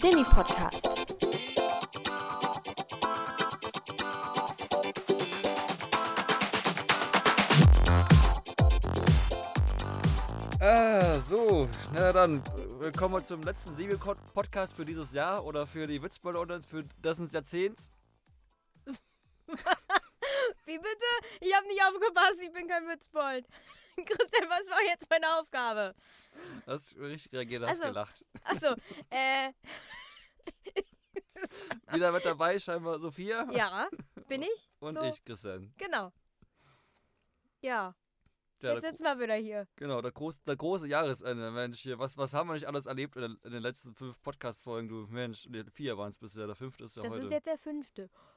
Semi-Podcast. So, na dann, willkommen zum letzten Semi-Podcast für dieses Jahr oder für die Witzbold oder für dessen Jahrzehnts. Wie bitte? Ich habe nicht aufgepasst, ich bin kein Witzbold. Christian, was war jetzt meine Aufgabe? Du hast richtig reagiert, hast gelacht. Achso, Wieder mit dabei, scheinbar Sophia. Ja, bin ich? Und so. ich, Christian. Genau. Ja, Ja, jetzt sitzen wir wieder hier. Genau, der große Jahresende, Mensch. Hier, was haben wir nicht alles erlebt in den letzten 5 Podcast-Folgen, du Mensch. 4 waren es bisher, der 5. ist ja Das heute. ist jetzt der 5.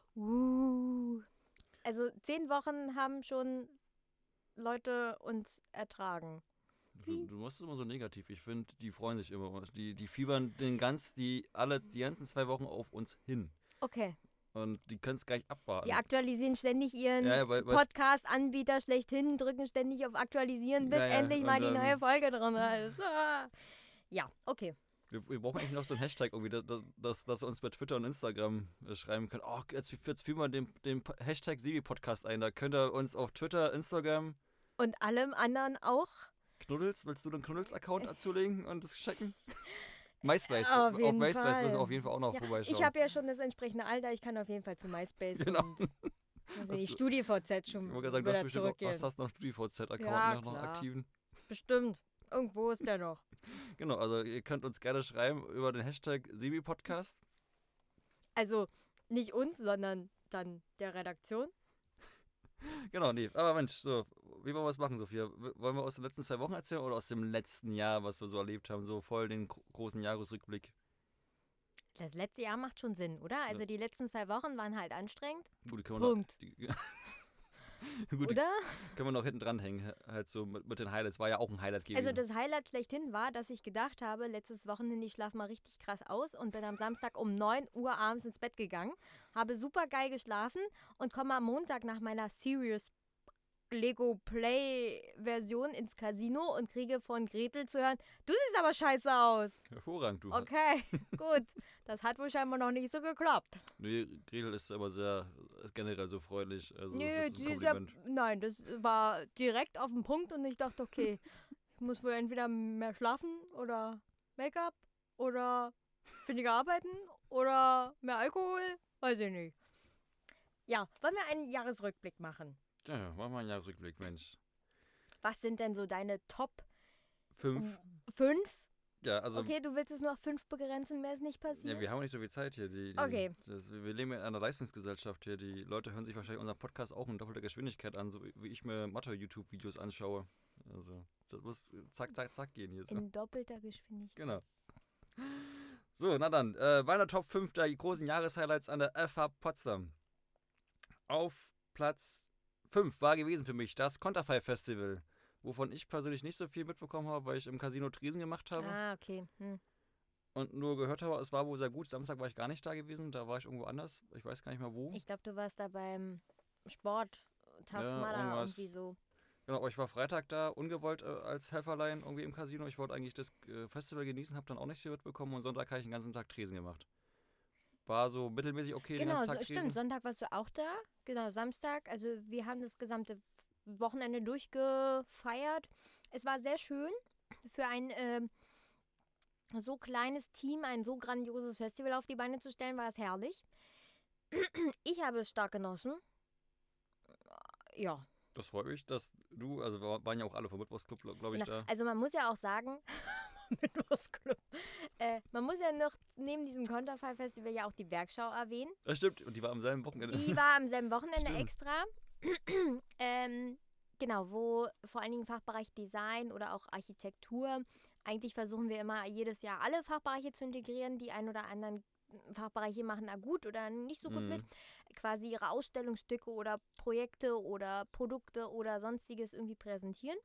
Also 10 Wochen haben schon Leute uns ertragen. Du machst es immer so negativ. Ich finde, die freuen sich immer. Die fiebern die ganzen 2 Wochen auf uns hin. Okay. Und die können es gar nicht abwarten. Die aktualisieren ständig ihren weil- Podcast-Anbieter schlechthin, drücken ständig auf Aktualisieren, bis endlich mal die neue Folge drin ist. Ja, okay. Wir brauchen eigentlich noch so einen Hashtag irgendwie, dass sie uns bei Twitter und Instagram schreiben können. Oh, jetzt führen wir den Hashtag Sibi-Podcast ein. Da könnt ihr uns auf Twitter, Instagram Und allem anderen auch. Knuddels, willst du den Knuddels-Account zulegen und das checken? MySpace. Auf Auf jeden MySpace Fall. müssen wir auf jeden Fall auch noch vorbeischauen. Ich habe ja schon das entsprechende Alter, ich kann auf jeden Fall zu MySpace Genau. und also die StudiVZ schon Ich wollte sagen, du hast wieder bestimmt zurückgehen. hast noch einen StudiVZ-Account Ja, noch klar. aktiven. Bestimmt. Irgendwo ist der noch. Genau, also ihr könnt uns gerne schreiben über den Hashtag Sibi-Podcast. Also nicht uns, sondern dann der Redaktion. Genau, nee. Aber Mensch, so, wie wollen wir es machen, Sophia? Wollen wir aus den letzten 2 Wochen erzählen oder aus dem letzten Jahr, was wir so erlebt haben? So voll den großen Jahresrückblick. Das letzte Jahr macht schon Sinn, oder? Also die letzten 2 Wochen waren halt anstrengend. Gut, die können Punkt. Gut, Oder? die können wir noch hinten dranhängen, halt so mit den Highlights. War ja auch ein Highlight gewesen. Also das Highlight schlechthin war, dass ich gedacht habe, letztes Wochenende, ich schlafe mal richtig krass aus und bin am Samstag um 9 Uhr abends ins Bett gegangen, habe super geil geschlafen und komme am Montag nach meiner Serious Lego Play Version ins Casino und kriege von Gretel zu hören, du siehst aber scheiße aus. Hervorragend, du. Okay, gut. Das hat wohl scheinbar noch nicht so geklappt. Nee, Gretel ist aber sehr generell so freundlich. Also Nö, das ist die ein ist ja, Kompliment. nein, das war direkt auf den Punkt und ich dachte, okay, ich muss wohl entweder mehr schlafen oder Make-up oder weniger arbeiten oder mehr Alkohol, weiß ich nicht. Ja, wollen wir einen Jahresrückblick machen? Ja, machen wir einen Jahresrückblick, Mensch. Was sind denn so deine Top 5. 5? Ja, also Okay, du willst es nur auf 5 begrenzen, mehr ist nicht passiert? ja, wir haben nicht so viel Zeit hier. Okay. Wir leben in einer Leistungsgesellschaft hier. Die Leute hören sich wahrscheinlich unseren Podcast auch in doppelter Geschwindigkeit an, so wie ich mir Mathe-YouTube-Videos anschaue. Also, das muss zack, zack, zack gehen hier. So. In doppelter Geschwindigkeit. Genau. So, na dann, meine Top 5 der großen Jahreshighlights an der FH Potsdam. Auf Platz 5 war gewesen für mich das Konterfei-Festival, wovon ich persönlich nicht so viel mitbekommen habe, weil ich im Casino Triesen gemacht habe Ah, okay. und nur gehört habe, es war wohl sehr gut. Samstag war ich gar nicht da gewesen, da war ich irgendwo anders. Ich weiß gar nicht mehr wo. Ich glaube, du warst da beim Sport, Tough Ja, Mudder, irgendwas. irgendwie so. Genau, aber ich war Freitag da, ungewollt als Helferlein irgendwie im Casino. Ich wollte eigentlich das Festival genießen, habe dann auch nicht viel mitbekommen und Sonntag habe ich den ganzen Tag Tresen gemacht. War so mittelmäßig okay, den Genau, ganzen Tag stimmt. Tresen. Sonntag warst du auch da. Genau, Samstag. Also wir haben das gesamte Wochenende durchgefeiert. Es war sehr schön für ein so kleines Team, ein so grandioses Festival auf die Beine zu stellen, war es herrlich. Ich habe es stark genossen. Ja. Das freut mich, dass du, also wir waren ja auch alle vom Mittwochsclub, glaube ich, Genau. da. Also man muss ja auch sagen, Mittwochsclub. Man muss ja noch neben diesem Konterfei-Festival ja auch die Werkschau erwähnen. Das stimmt, und die war am selben Wochenende. Die war am selben Wochenende Stimmt. extra. Genau, wo vor allen Dingen Fachbereich Design oder auch Architektur. Eigentlich versuchen wir immer jedes Jahr alle Fachbereiche zu integrieren. Die ein oder anderen Fachbereiche machen da gut oder nicht so gut mit. Quasi ihre Ausstellungsstücke oder Projekte oder Produkte oder sonstiges irgendwie präsentieren.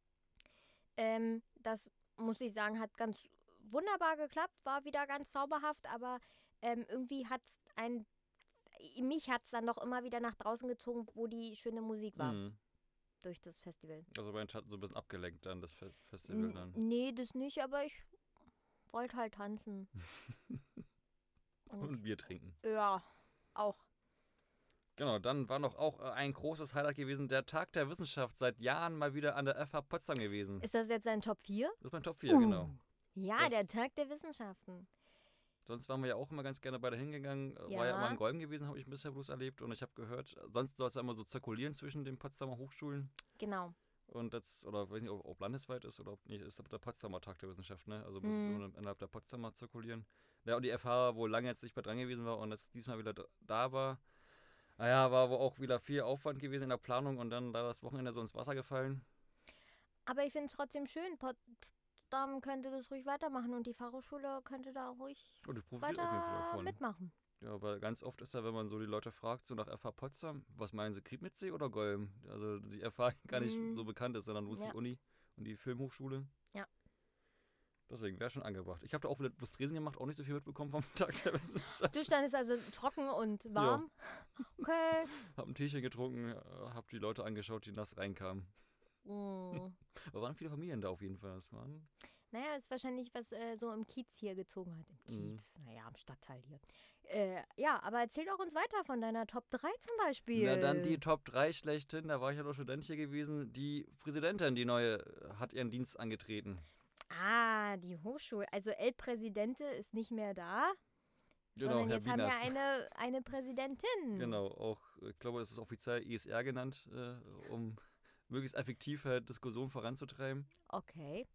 Das muss ich sagen, hat ganz wunderbar geklappt, war wieder ganz zauberhaft, aber irgendwie mich hat es dann doch immer wieder nach draußen gezogen, wo die schöne Musik war. Durch das Festival. Also Mensch hat so ein bisschen abgelenkt dann, das Festival dann. Nee, das nicht, aber ich wollte halt tanzen. Und Bier trinken. Ja, auch. Genau, dann war noch auch ein großes Highlight gewesen, der Tag der Wissenschaft, seit Jahren mal wieder an der FH Potsdam gewesen. Ist das jetzt ein Top 4? Das ist mein Top 4, genau. Ja, der Tag der Wissenschaften. Sonst waren wir ja auch immer ganz gerne beide hingegangen. Ja. War ja immer in Golm gewesen, habe ich bisher bloß erlebt. Und ich habe gehört, sonst soll es ja immer so zirkulieren zwischen den Potsdamer Hochschulen. Genau. Und das, oder weiß nicht, ob landesweit ist oder ob nicht, ist der Potsdamer Tag der Wissenschaft, ne? Also muss es innerhalb der Potsdamer zirkulieren. Ja, und die FH, wo lange jetzt nicht mehr dran gewesen war und jetzt diesmal wieder da war. Naja, war wohl auch wieder viel Aufwand gewesen in der Planung und dann da das Wochenende so ins Wasser gefallen. Aber ich finde es trotzdem schön. Potsdam könnte das ruhig weitermachen und die Fachhochschule könnte da ruhig Und ich profitiere auf jeden Fall weiter davon. mitmachen. Ja, weil ganz oft ist ja, wenn man so die Leute fragt, so nach FH Potsdam, was meinen sie, Griebnitzsee oder Golm? Also die FH gar nicht so bekannt ist, sondern bloß die Uni und die Filmhochschule. Ja. Deswegen wäre schon angebracht. Ich habe da auch wieder bloß Tresen gemacht, auch nicht so viel mitbekommen vom Tag der Wissenschaft. Du standest also trocken und warm. Ja. Okay. Hab ein Teechen getrunken, hab die Leute angeschaut, die nass reinkamen. Oh. Aber waren viele Familien da auf jeden Fall. Das waren naja, ist wahrscheinlich, was so im Kiez hier gezogen hat. Im Kiez, naja, am Stadtteil hier. Ja, aber erzähl doch uns weiter von deiner Top 3 zum Beispiel. Na, dann die Top 3 schlechthin. Da war ich ja noch Student hier gewesen. Die Präsidentin, die neue, hat ihren Dienst angetreten. Ah, die Hochschule. Also El Presidente ist nicht mehr da. Genau, sondern Herr jetzt haben Wieners. wir eine Präsidentin. Genau, auch, ich glaube, das ist offiziell ESR genannt, um möglichst effektiv Diskussionen voranzutreiben. Okay.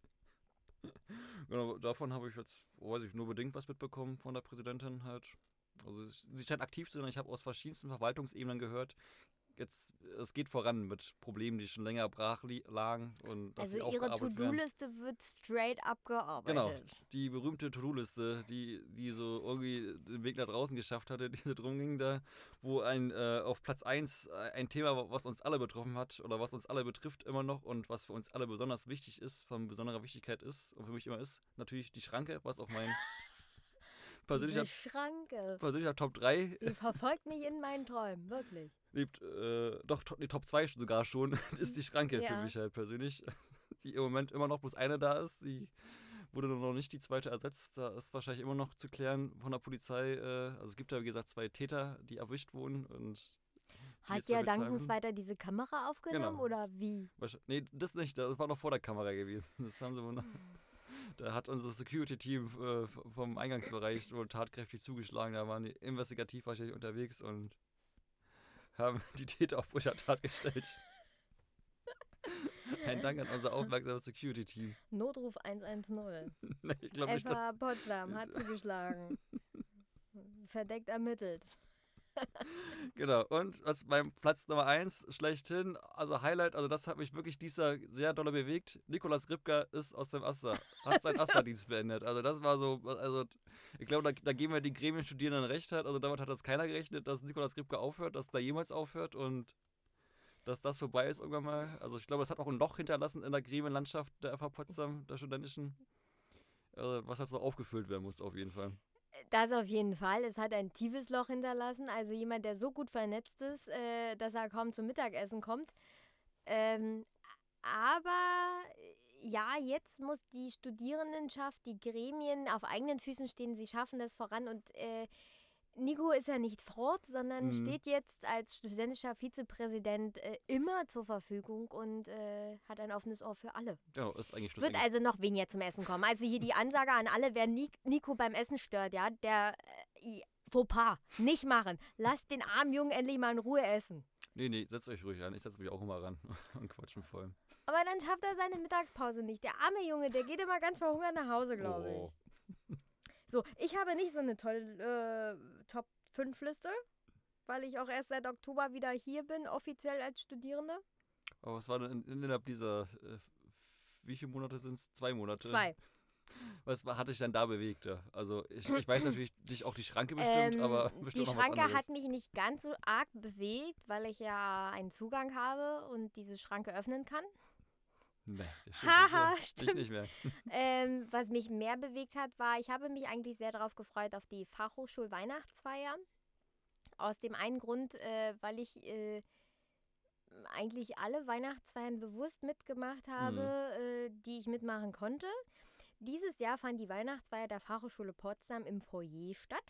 Genau, davon habe ich jetzt, weiß ich, nur bedingt was mitbekommen von der Präsidentin halt. Also sie scheint aktiv zu sein. Ich habe aus verschiedensten Verwaltungsebenen gehört, es geht voran mit Problemen, die schon länger brach lagen. Und dass also sie ihre aufgearbeitet werden. To-Do-Liste wird straight abgearbeitet. Genau, die berühmte To-Do-Liste, die so irgendwie den Weg nach draußen geschafft hatte, die so drum ging da, wo auf Platz 1 ein Thema, was uns alle betroffen hat oder was uns alle betrifft immer noch und was für uns alle besonders wichtig ist, von besonderer Wichtigkeit ist und für mich immer ist, natürlich die Schranke, was auch mein persönlicher Top 3. Die verfolgt mich in meinen Träumen, wirklich. Die Top 2 sogar schon, ist die Schranke für mich halt persönlich. Die im Moment immer noch bloß eine da ist, die wurde noch nicht die zweite ersetzt. Da ist wahrscheinlich immer noch zu klären von der Polizei. Also es gibt ja, wie gesagt, 2 Täter, die erwischt wurden. Und hat der dankenswerter diese Kamera aufgenommen oder wie? Nee, das nicht. Das war noch vor der Kamera gewesen. Das haben sie wohl noch. Da hat unser Security-Team vom Eingangsbereich wohl tatkräftig zugeschlagen. Da waren die investigativ wahrscheinlich unterwegs und haben die Täter auf frischer Tat gestellt. Ein Dank an unser aufmerksames Security-Team. Notruf 110. Nee, ich glaube nicht, FH Potsdam hat zugeschlagen. Verdeckt ermittelt. Genau, und als beim Platz Nummer 1 schlechthin, also Highlight, also das hat mich wirklich dieser sehr doll bewegt. Nikolaus Gripka ist aus dem Aster, hat seinen Asterdienst beendet. Also das war so, also ich glaube, da geben wir die Gremienstudierenden recht halt. Also damit hat das keiner gerechnet, dass Nikolaus Gripka aufhört, dass da jemals aufhört und dass das vorbei ist irgendwann mal. Also ich glaube, das hat auch ein Loch hinterlassen in der Gremienlandschaft der FH Potsdam, der studentischen, was jetzt noch aufgefüllt werden muss auf jeden Fall. Das auf jeden Fall. Es hat ein tiefes Loch hinterlassen. Also jemand, der so gut vernetzt ist, dass er kaum zum Mittagessen kommt. Aber ja, jetzt muss die Studierendenschaft, die Gremien auf eigenen Füßen stehen. Sie schaffen das voran. Und Nico ist ja nicht fort, sondern steht jetzt als studentischer Vizepräsident immer zur Verfügung und hat ein offenes Ohr für alle. Genau, ist eigentlich Wird also noch weniger zum Essen kommen. Also hier die Ansage an alle, wer Nico beim Essen stört, ja, der Fauxpas, nicht machen. Lasst den armen Jungen endlich mal in Ruhe essen. Nee, setzt euch ruhig an. Ich setze mich auch immer ran und quatschen voll. Aber dann schafft er seine Mittagspause nicht. Der arme Junge, der geht immer ganz verhungert nach Hause, glaube ich. So, ich habe nicht so eine tolle Top-5-Liste, weil ich auch erst seit Oktober wieder hier bin, offiziell als Studierende. Aber was war denn innerhalb dieser, wie viele Monate sind es? 2 Monate? 2. Was hat dich denn da bewegt? Ja? Also ich weiß natürlich dich auch die Schranke bestimmt, aber bestimmt die noch was Schranke anderes. hat mich nicht ganz so arg bewegt, weil ich ja einen Zugang habe und diese Schranke öffnen kann. Nee, das stimmt Haha, nicht. stimmt. Nicht mehr. Was mich mehr bewegt hat, war, ich habe mich eigentlich sehr darauf gefreut, auf die Fachhochschul-Weihnachtsfeier. Aus dem einen Grund, weil ich eigentlich alle Weihnachtsfeiern bewusst mitgemacht habe, die ich mitmachen konnte. Dieses Jahr fand die Weihnachtsfeier der Fachhochschule Potsdam im Foyer statt.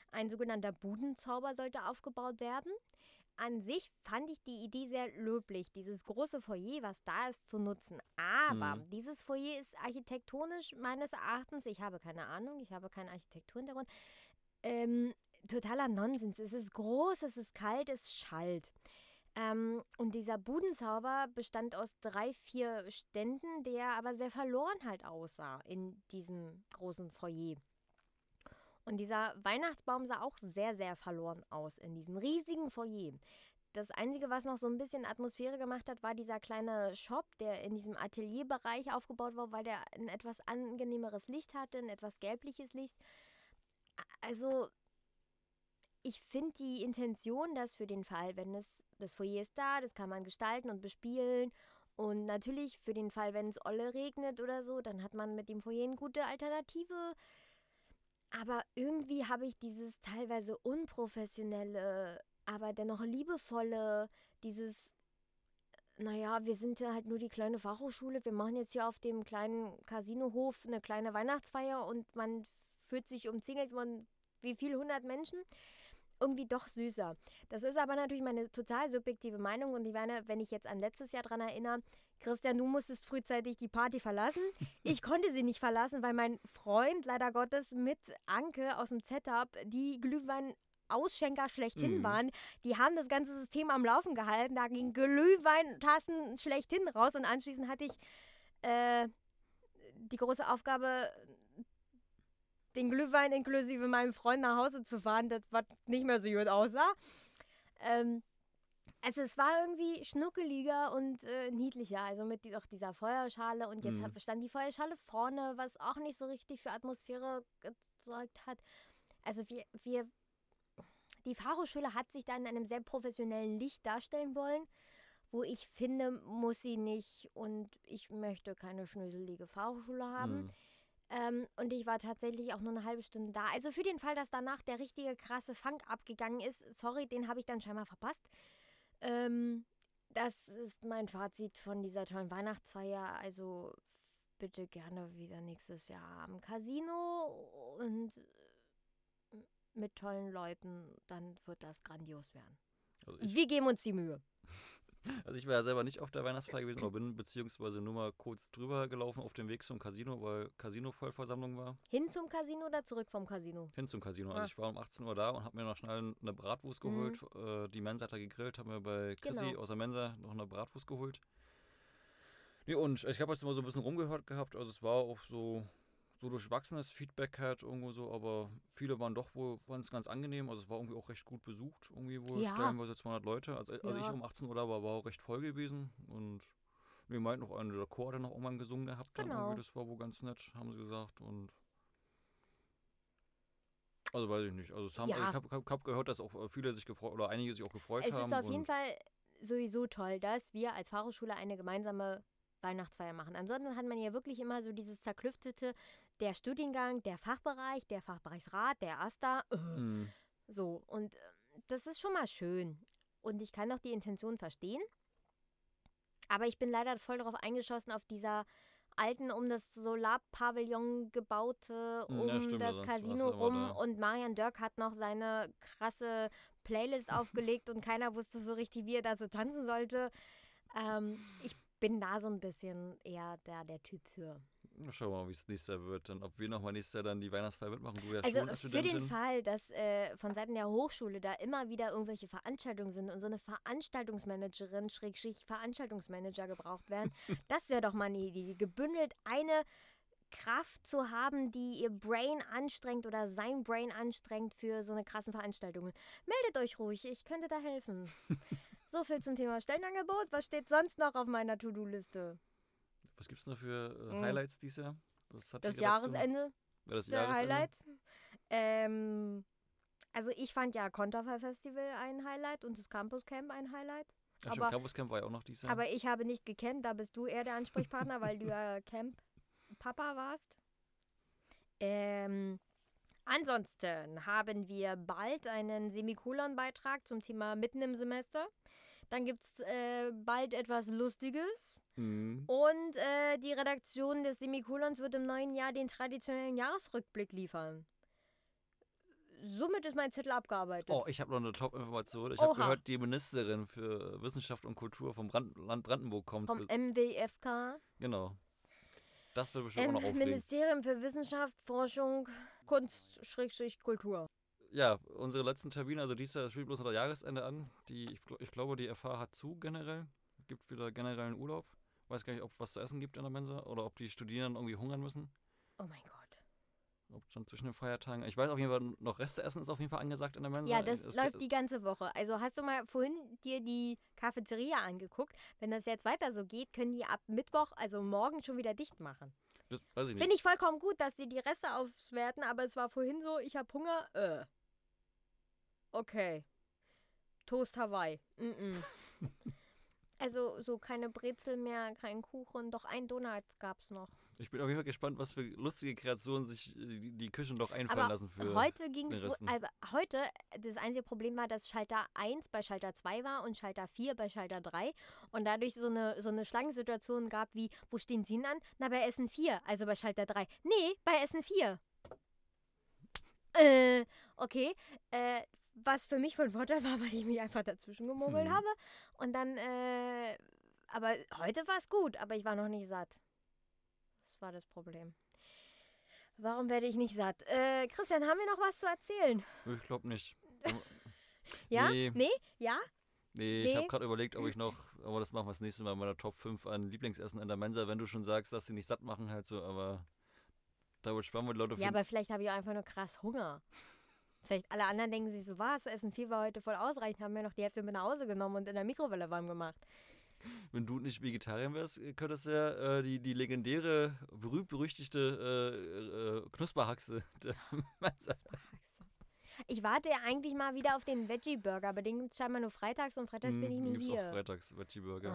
Ein sogenannter Budenzauber sollte aufgebaut werden. An sich fand ich die Idee sehr löblich, dieses große Foyer, was da ist, zu nutzen. Aber dieses Foyer ist architektonisch meines Erachtens, ich habe keine Ahnung, ich habe keinen Architekturhintergrund, totaler Nonsens. Es ist groß, es ist kalt, es schallt. Und dieser Budenzauber bestand aus 3, 4 Ständen, der aber sehr verloren halt aussah in diesem großen Foyer. Und dieser Weihnachtsbaum sah auch sehr, sehr verloren aus in diesem riesigen Foyer. Das Einzige, was noch so ein bisschen Atmosphäre gemacht hat, war dieser kleine Shop, der in diesem Atelierbereich aufgebaut war, weil der ein etwas angenehmeres Licht hatte, ein etwas gelbliches Licht. Also, ich finde die Intention, dass für den Fall, wenn das Foyer ist da, das kann man gestalten und bespielen. Und natürlich für den Fall, wenn es olle regnet oder so, dann hat man mit dem Foyer eine gute Alternative. Aber irgendwie habe ich dieses teilweise unprofessionelle, aber dennoch liebevolle, dieses, naja, wir sind ja halt nur die kleine Fachhochschule, wir machen jetzt hier auf dem kleinen Casinohof eine kleine Weihnachtsfeier und man fühlt sich umzingelt von wie viel 100 Menschen. Irgendwie doch süßer. Das ist aber natürlich meine total subjektive Meinung und ich meine, wenn ich jetzt an letztes Jahr dran erinnere, Christian, du musstest frühzeitig die Party verlassen. Ich konnte sie nicht verlassen, weil mein Freund leider Gottes mit Anke aus dem Setup die Glühwein-Ausschenker schlechthin waren. Die haben das ganze System am Laufen gehalten. Da gingen Glühweintassen schlechthin raus und anschließend hatte ich die große Aufgabe, den Glühwein inklusive meinem Freund nach Hause zu fahren, das was nicht mehr so gut aussah. Also es war irgendwie schnuckeliger und niedlicher, also mit auch dieser Feuerschale und jetzt stand die Feuerschale vorne, was auch nicht so richtig für Atmosphäre gesorgt hat. Also die Fachhochschule hat sich da in einem sehr professionellen Licht darstellen wollen, wo ich finde, muss sie nicht und ich möchte keine schnöselige Fachhochschule haben. Und ich war tatsächlich auch nur eine halbe Stunde da. Also für den Fall, dass danach der richtige krasse Funk abgegangen ist, sorry, den habe ich dann scheinbar verpasst. Das ist mein Fazit von dieser tollen Weihnachtsfeier. Also bitte gerne wieder nächstes Jahr am Casino und mit tollen Leuten, dann wird das grandios werden. Also wir geben uns die Mühe. Also ich war ja selber nicht auf der Weihnachtsfeier gewesen, aber bin beziehungsweise nur mal kurz drüber gelaufen auf dem Weg zum Casino, weil Casino-Vollversammlung war. Hin zum Casino oder zurück vom Casino? Hin zum Casino. Also ich war um 18 Uhr da und habe mir noch schnell eine Bratwurst geholt. Die Mensa hat da gegrillt, haben wir bei Chrissy aus der Mensa noch eine Bratwurst geholt. Nee, und ich habe jetzt mal so ein bisschen rumgehört gehabt, also es war auch so durchwachsenes Feedback halt irgendwo so, aber viele waren es ganz angenehm, also es war irgendwie auch recht gut besucht, irgendwie wohl stellenweise 200 Leute, also ich um 18 Uhr da war auch recht voll gewesen und wir meinten noch einer der Chor, der noch irgendwann gesungen gehabt, dann irgendwie, das war wohl ganz nett, haben sie gesagt und also weiß ich nicht, also ich hab gehört, dass auch viele sich gefreut oder einige sich auch gefreut haben. Es ist auf jeden Fall sowieso toll, dass wir als Fachhochschule eine gemeinsame Weihnachtsfeier machen. Ansonsten hat man ja wirklich immer so dieses zerklüftete, der Studiengang, der Fachbereichsrat, der AStA. So, und das ist schon mal schön. Und ich kann auch die Intention verstehen. Aber ich bin leider voll darauf eingeschossen, auf dieser alten, um das Solarpavillon gebaute, das Casino rum. Und Marian Dörk hat noch seine krasse Playlist aufgelegt und keiner wusste so richtig, wie er da so tanzen sollte. Ich bin da so ein bisschen eher der Typ für. Schauen wir mal, wie es nächstes Jahr wird. Und ob wir nochmal nächstes Jahr dann die Weihnachtsfeier mitmachen. Du ja also schon als Studentin. Für den Fall, dass von Seiten der Hochschule da immer wieder irgendwelche Veranstaltungen sind und so eine Veranstaltungsmanagerin, Veranstaltungsmanager gebraucht werden, das wäre doch mal eine Idee. Gebündelt eine Kraft zu haben, die ihr Brain anstrengt oder sein Brain anstrengt für so eine krassen Veranstaltungen. Meldet euch ruhig, ich könnte da helfen. So viel zum Thema Stellenangebot. Was steht sonst noch auf meiner To-Do-Liste? Was gibt es noch für Highlights dieses Jahr? Das Jahresende ist der Highlight. Also ich fand ja Konterfei Festival ein Highlight und das Campus Camp ein Highlight. Ja, aber Campus Camp war ja auch noch dieses Jahr. Aber ich habe nicht gecampt, da bist du eher der Ansprechpartner, weil du ja Camp-Papa warst. Ansonsten haben wir bald einen Semikolon-Beitrag zum Thema mitten im Semester. Dann gibt es bald etwas Lustiges. Und die Redaktion des Semikolons wird im neuen Jahr den traditionellen Jahresrückblick liefern. somit ist mein Zettel abgearbeitet. Oh, ich habe noch eine Top-Information. Ich habe Oha. gehört, die Ministerin für Wissenschaft und Kultur vom Land Brandenburg kommt. Vom MWFK. Genau. Das wird bestimmt auch noch aufregend. Ministerium für Wissenschaft, Forschung, Kunst, Kultur. Ja, unsere letzten Termine, also dieses Jahr steht bloß noch das Jahresende an. Ich glaube, die FH hat zu generell. Es gibt wieder generellen Urlaub. Weiß gar nicht, ob es was zu essen gibt in der Mensa oder ob die Studierenden irgendwie hungern müssen. Oh mein Gott. Ob schon zwischen den Feiertagen. Ich weiß auf jeden Fall, noch Reste essen ist auf jeden Fall angesagt in der Mensa. Ja, das läuft die ganze Woche. Also hast du mal vorhin dir die Cafeteria angeguckt? Wenn das jetzt weiter so geht, können die ab Mittwoch, also morgen, schon wieder dicht machen. Das weiß ich nicht. Finde ich vollkommen gut, dass sie die Reste auswerten, aber es war vorhin so, ich habe Hunger. Okay. Toast Hawaii. Also so keine Brezel mehr, kein Kuchen, doch ein Donut gab's noch. Ich bin auf jeden Fall gespannt, was für lustige Kreationen sich die Küchen doch einfallen Aber lassen für heute ging es, Resten. heute, das einzige Problem war, dass Schalter 1 bei Schalter 2 war und Schalter 4 bei Schalter 3 und dadurch so eine Schlangensituation gab wie, wo stehen Sie denn an? Na, bei Essen 4, also bei Schalter 3. Nee, bei Essen 4. Okay, was für mich von Vorteil war, weil ich mich einfach dazwischen gemogelt habe und dann, aber heute war es gut, aber ich war noch nicht satt. Das war das Problem. Warum werde ich nicht satt? Christian, haben wir noch was zu erzählen? Ich glaube nicht. Ja? Nee. Nee? Ja? Nee, ich habe gerade überlegt, ob ich noch, aber das machen wir das nächste Mal in meiner Top 5 an Lieblingsessen in der Mensa, wenn du schon sagst, dass sie nicht satt machen halt so, aber da wird spannend, wo die Leute Ja, aber vielleicht habe ich auch einfach nur krass Hunger. Vielleicht alle anderen denken sich so, was, Essen 4 war heute voll ausreichend, haben wir noch die Hälfte mit nach Hause genommen und in der Mikrowelle warm gemacht. Wenn du nicht Vegetarier wärst, könntest du ja die legendäre, berühmt-berüchtigte Knusperhaxe der Mensa essen. Ich warte ja eigentlich mal wieder auf den Veggie-Burger, aber den gibt es scheinbar nur freitags und freitags bin ich nie Gibt's hier. auch freitags Veggie-Burger.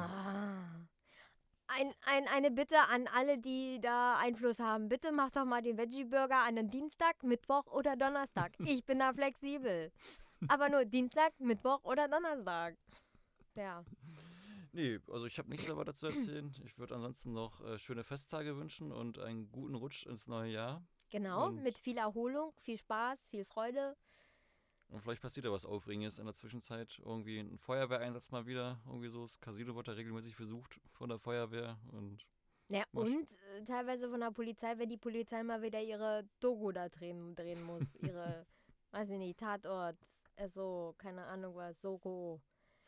Eine Bitte an alle, die da Einfluss haben. Bitte macht doch mal den Veggie-Burger an einem Dienstag, Mittwoch oder Donnerstag. Ich bin da flexibel. Aber nur Dienstag, Mittwoch oder Donnerstag. Ja. Nee, also ich habe nichts mehr weiter zu erzählen. Ich würde ansonsten noch schöne Festtage wünschen und einen guten Rutsch ins neue Jahr. Genau, Und mit viel Erholung, viel Spaß, viel Freude. Und vielleicht passiert ja was Aufregendes in der Zwischenzeit. Irgendwie ein Feuerwehreinsatz mal wieder. Irgendwie so. Das Casino wird da regelmäßig besucht von der Feuerwehr. Und Ja, und teilweise von der Polizei, wenn die Polizei mal wieder ihre Doku da drehen muss. Ihre, weiß ich nicht, Tatort, so, keine Ahnung was, Soko.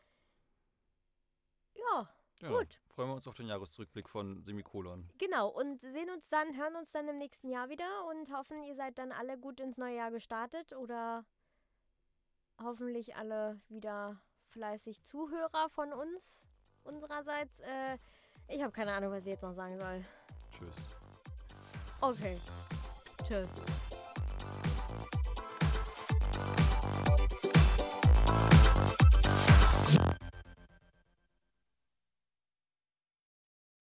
Ja, gut. Freuen wir uns auf den Jahresrückblick von Semikolon. Genau, und hören uns dann im nächsten Jahr wieder und hoffen, ihr seid dann alle gut ins neue Jahr gestartet oder hoffentlich alle wieder fleißig Zuhörer von uns, unsererseits. Ich habe keine Ahnung, was ich jetzt noch sagen soll. Tschüss. Okay, tschüss.